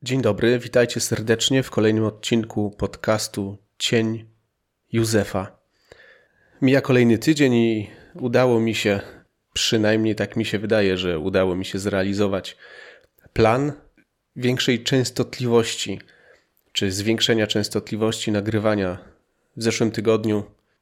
Dzień dobry, witajcie serdecznie w kolejnym odcinku podcastu Cień Józefa. Mija kolejny tydzień i udało mi się, przynajmniej tak mi się wydaje, że udało mi się zrealizować plan większej częstotliwości, czy zwiększenia częstotliwości nagrywania. W zeszłym tygodniu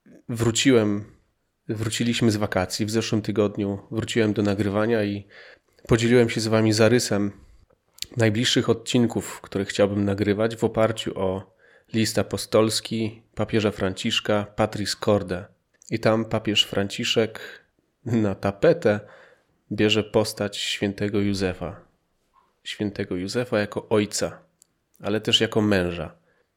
wróciliśmy z wakacji, w zeszłym tygodniu wróciłem do nagrywania i podzieliłem się z wami zarysem najbliższych odcinków, które chciałbym nagrywać w oparciu o list apostolski papieża Franciszka Patris Corde. I tam papież Franciszek na tapetę bierze postać świętego Józefa. Świętego Józefa jako ojca, ale też jako męża.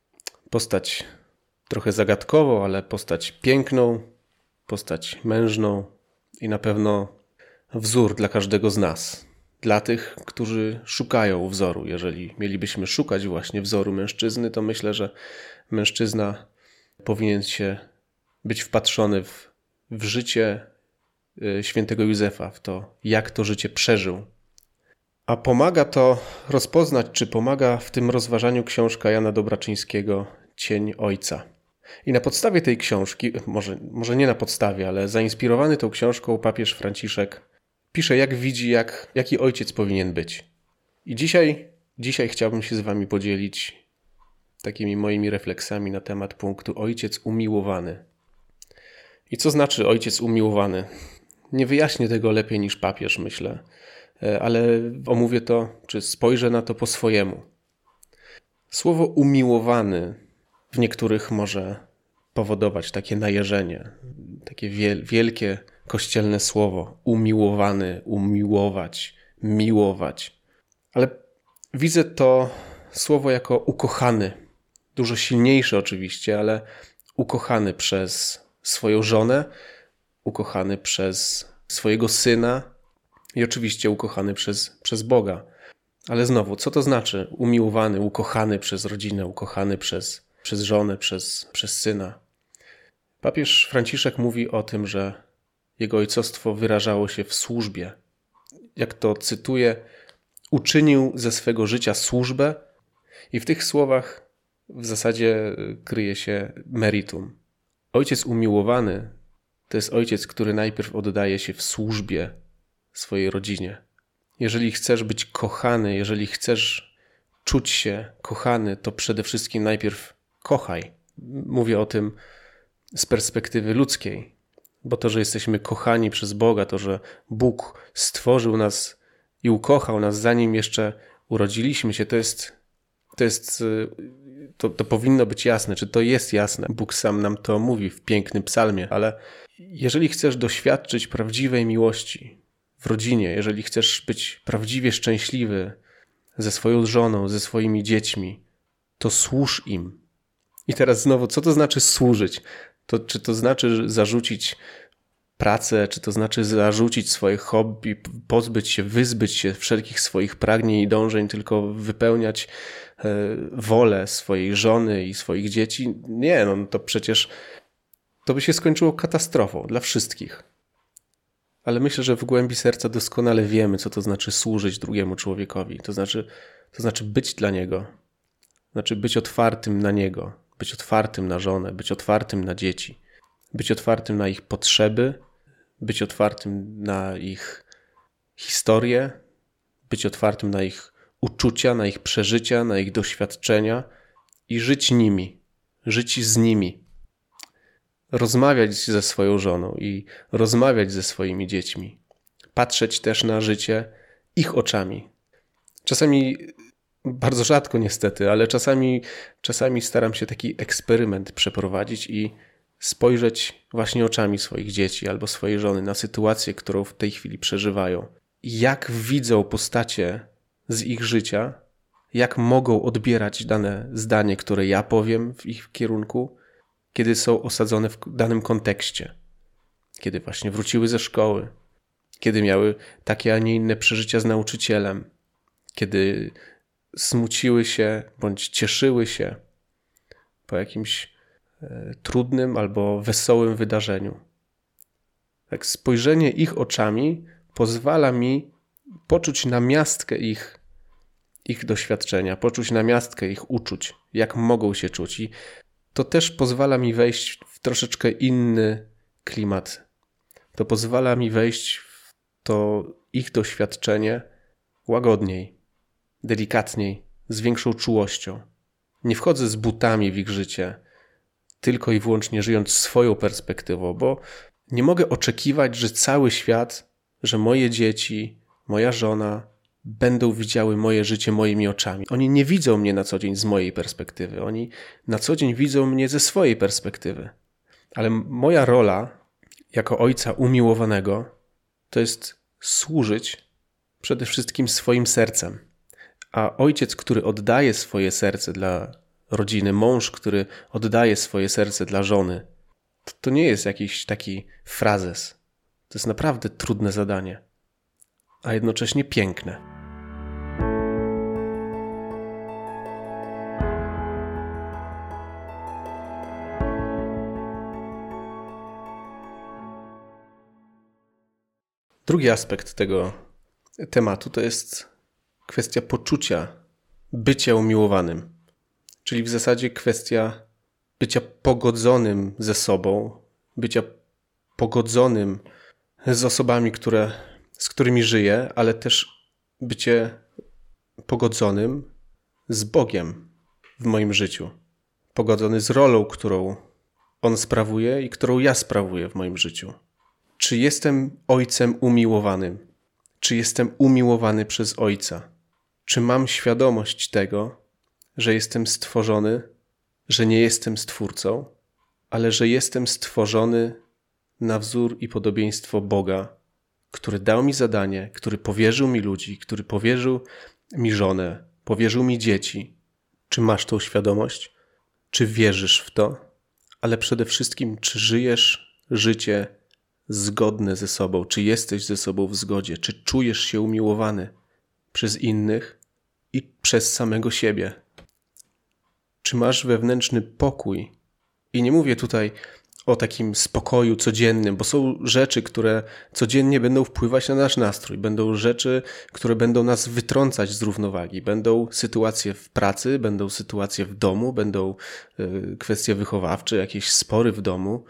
Postać trochę zagadkową, ale postać piękną, postać mężną i na pewno wzór dla każdego z nas. Dla tych, którzy szukają wzoru. Jeżeli mielibyśmy szukać właśnie wzoru mężczyzny, to myślę, że mężczyzna powinien się być wpatrzony w życie świętego Józefa, w to, jak to życie przeżył. A pomaga to rozpoznać, czy pomaga w tym rozważaniu książka Jana Dobraczyńskiego Cień Ojca. I na podstawie tej książki, może nie na podstawie, ale zainspirowany tą książką papież Franciszek pisze, jak widzi, jaki ojciec powinien być. I dzisiaj chciałbym się z wami podzielić takimi moimi refleksjami na temat punktu ojciec umiłowany. I co znaczy ojciec umiłowany? Nie wyjaśnię tego lepiej niż papież, myślę, ale omówię to, czy spojrzę na to po swojemu. Słowo umiłowany w niektórych może powodować takie najeżenie, takie wielkie kościelne słowo. Umiłowany, umiłować, miłować. Ale widzę to słowo jako ukochany. Dużo silniejsze oczywiście, ale ukochany przez swoją żonę, ukochany przez swojego syna i oczywiście ukochany przez Boga. Ale znowu, co to znaczy umiłowany, ukochany przez rodzinę, ukochany przez żonę, przez syna? Papież Franciszek mówi o tym, że jego ojcostwo wyrażało się w służbie. Jak to cytuję, uczynił ze swego życia służbę i w tych słowach w zasadzie kryje się meritum. Ojciec umiłowany to jest ojciec, który najpierw oddaje się w służbie swojej rodzinie. Jeżeli chcesz być kochany, jeżeli chcesz czuć się kochany, to przede wszystkim najpierw kochaj. Mówię o tym z perspektywy ludzkiej. Bo to, że jesteśmy kochani przez Boga, to, że Bóg stworzył nas i ukochał nas, zanim jeszcze urodziliśmy się, to powinno być jasne, czy to jest jasne. Bóg sam nam to mówi w pięknym psalmie, ale jeżeli chcesz doświadczyć prawdziwej miłości w rodzinie, jeżeli chcesz być prawdziwie szczęśliwy ze swoją żoną, ze swoimi dziećmi, to służ im. I teraz znowu, co to znaczy służyć? Czy to znaczy zarzucić pracę, czy to znaczy zarzucić swoje hobby, wyzbyć się wszelkich swoich pragnień i dążeń, tylko wypełniać wolę swojej żony i swoich dzieci? Nie, to przecież to by się skończyło katastrofą dla wszystkich. Ale myślę, że w głębi serca doskonale wiemy, co to znaczy służyć drugiemu człowiekowi. To znaczy być dla niego. Znaczy być otwartym na niego. Być otwartym na żonę, być otwartym na dzieci, być otwartym na ich potrzeby, być otwartym na ich historię, być otwartym na ich uczucia, na ich przeżycia, na ich doświadczenia i żyć nimi, żyć z nimi. Rozmawiać ze swoją żoną i rozmawiać ze swoimi dziećmi. Patrzeć też na życie ich oczami. Czasami bardzo rzadko niestety, ale czasami staram się taki eksperyment przeprowadzić i spojrzeć właśnie oczami swoich dzieci albo swojej żony na sytuację, którą w tej chwili przeżywają. Jak widzą postacie z ich życia, jak mogą odbierać dane zdanie, które ja powiem w ich kierunku, kiedy są osadzone w danym kontekście. Kiedy właśnie wróciły ze szkoły, kiedy miały takie, a nie inne przeżycia z nauczycielem, kiedy smuciły się bądź cieszyły się po jakimś trudnym albo wesołym wydarzeniu. Tak spojrzenie ich oczami pozwala mi poczuć namiastkę ich ich doświadczenia, poczuć namiastkę ich uczuć, jak mogą się czuć. I to też pozwala mi wejść w troszeczkę inny klimat. To pozwala mi wejść w to ich doświadczenie łagodniej, delikatniej, z większą czułością. Nie wchodzę z butami w ich życie, tylko i wyłącznie żyjąc swoją perspektywą, bo nie mogę oczekiwać, że cały świat, że moje dzieci, moja żona będą widziały moje życie moimi oczami. Oni nie widzą mnie na co dzień z mojej perspektywy. Oni na co dzień widzą mnie ze swojej perspektywy. Ale moja rola jako ojca umiłowanego to jest służyć przede wszystkim swoim sercem. A ojciec, który oddaje swoje serce dla rodziny, mąż, który oddaje swoje serce dla żony, to nie jest jakiś taki frazes. To jest naprawdę trudne zadanie, a jednocześnie piękne. Drugi aspekt tego tematu to jest kwestia poczucia bycia umiłowanym, czyli w zasadzie kwestia bycia pogodzonym ze sobą, bycia pogodzonym z osobami, z którymi żyję, ale też bycie pogodzonym z Bogiem w moim życiu. Pogodzony z rolą, którą On sprawuje i którą ja sprawuję w moim życiu. Czy jestem ojcem umiłowanym? Czy jestem umiłowany przez Ojca? Czy mam świadomość tego, że jestem stworzony, że nie jestem stwórcą, ale że jestem stworzony na wzór i podobieństwo Boga, który dał mi zadanie, który powierzył mi ludzi, który powierzył mi żonę, powierzył mi dzieci. Czy masz tą świadomość? Czy wierzysz w to? Ale przede wszystkim, czy żyjesz życie zgodne ze sobą? Czy jesteś ze sobą w zgodzie? Czy czujesz się umiłowany przez innych i przez samego siebie? Czy masz wewnętrzny pokój? I nie mówię tutaj o takim spokoju codziennym, bo są rzeczy, które codziennie będą wpływać na nasz nastrój. Będą rzeczy, które będą nas wytrącać z równowagi. Będą sytuacje w pracy, będą sytuacje w domu, będą kwestie wychowawcze, jakieś spory w domu,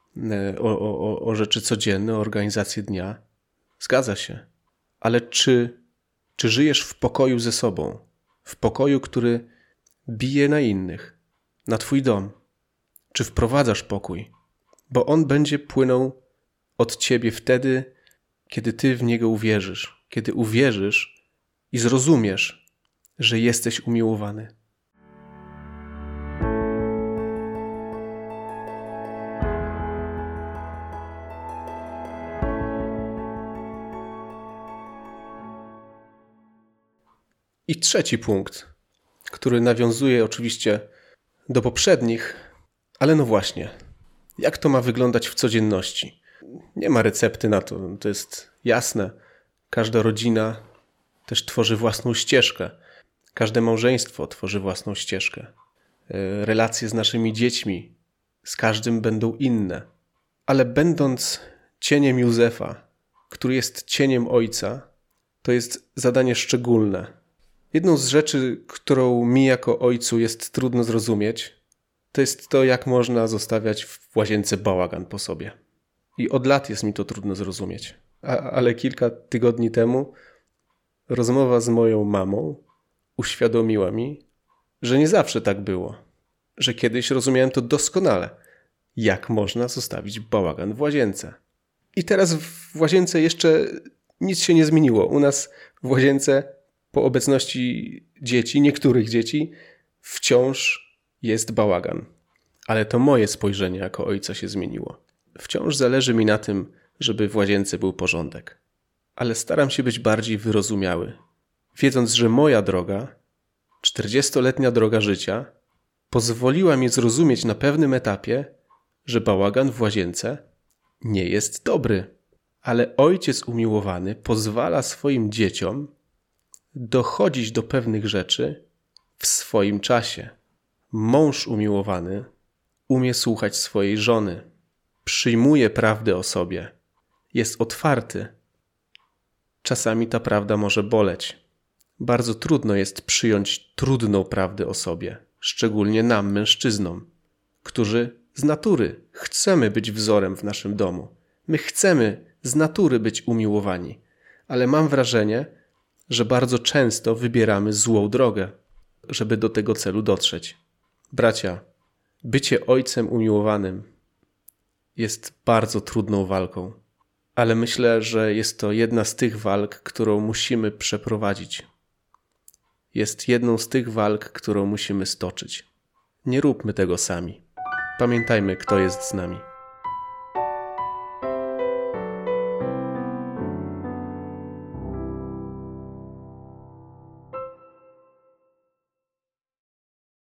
o rzeczy codzienne, o organizację dnia. Zgadza się. Ale czy żyjesz w pokoju ze sobą? W pokoju, który bije na innych, na twój dom? Czy wprowadzasz pokój? Bo on będzie płynął od ciebie wtedy, kiedy ty w niego uwierzysz. Kiedy uwierzysz i zrozumiesz, że jesteś umiłowany. I trzeci punkt, który nawiązuje oczywiście do poprzednich, ale no właśnie, jak to ma wyglądać w codzienności? Nie ma recepty na to, to jest jasne. Każda rodzina też tworzy własną ścieżkę. Każde małżeństwo tworzy własną ścieżkę. Relacje z naszymi dziećmi z każdym będą inne. Ale będąc cieniem Józefa, który jest cieniem ojca, to jest zadanie szczególne. Jedną z rzeczy, którą mi jako ojcu jest trudno zrozumieć, to jest to, jak można zostawiać w łazience bałagan po sobie. I od lat jest mi to trudno zrozumieć. Ale kilka tygodni temu rozmowa z moją mamą uświadomiła mi, że nie zawsze tak było. Że kiedyś rozumiałem to doskonale. Jak można zostawić bałagan w łazience? I teraz w łazience jeszcze nic się nie zmieniło. U nas w łazience po obecności dzieci, niektórych dzieci, wciąż jest bałagan. Ale to moje spojrzenie jako ojca się zmieniło. Wciąż zależy mi na tym, żeby w łazience był porządek. Ale staram się być bardziej wyrozumiały, wiedząc, że moja droga, 40-letnia droga życia, pozwoliła mi zrozumieć na pewnym etapie, że bałagan w łazience nie jest dobry. Ale ojciec umiłowany pozwala swoim dzieciom dochodzić do pewnych rzeczy w swoim czasie. Mąż umiłowany umie słuchać swojej żony, przyjmuje prawdę o sobie, jest otwarty. Czasami ta prawda może boleć. Bardzo trudno jest przyjąć trudną prawdę o sobie, szczególnie nam, mężczyznom, którzy z natury chcemy być wzorem w naszym domu. My chcemy z natury być umiłowani, ale mam wrażenie, że bardzo często wybieramy złą drogę, żeby do tego celu dotrzeć. Bracia, bycie ojcem umiłowanym jest bardzo trudną walką, ale myślę, że jest to jedna z tych walk, którą musimy przeprowadzić. Jest jedną z tych walk, którą musimy stoczyć. Nie róbmy tego sami. Pamiętajmy, kto jest z nami.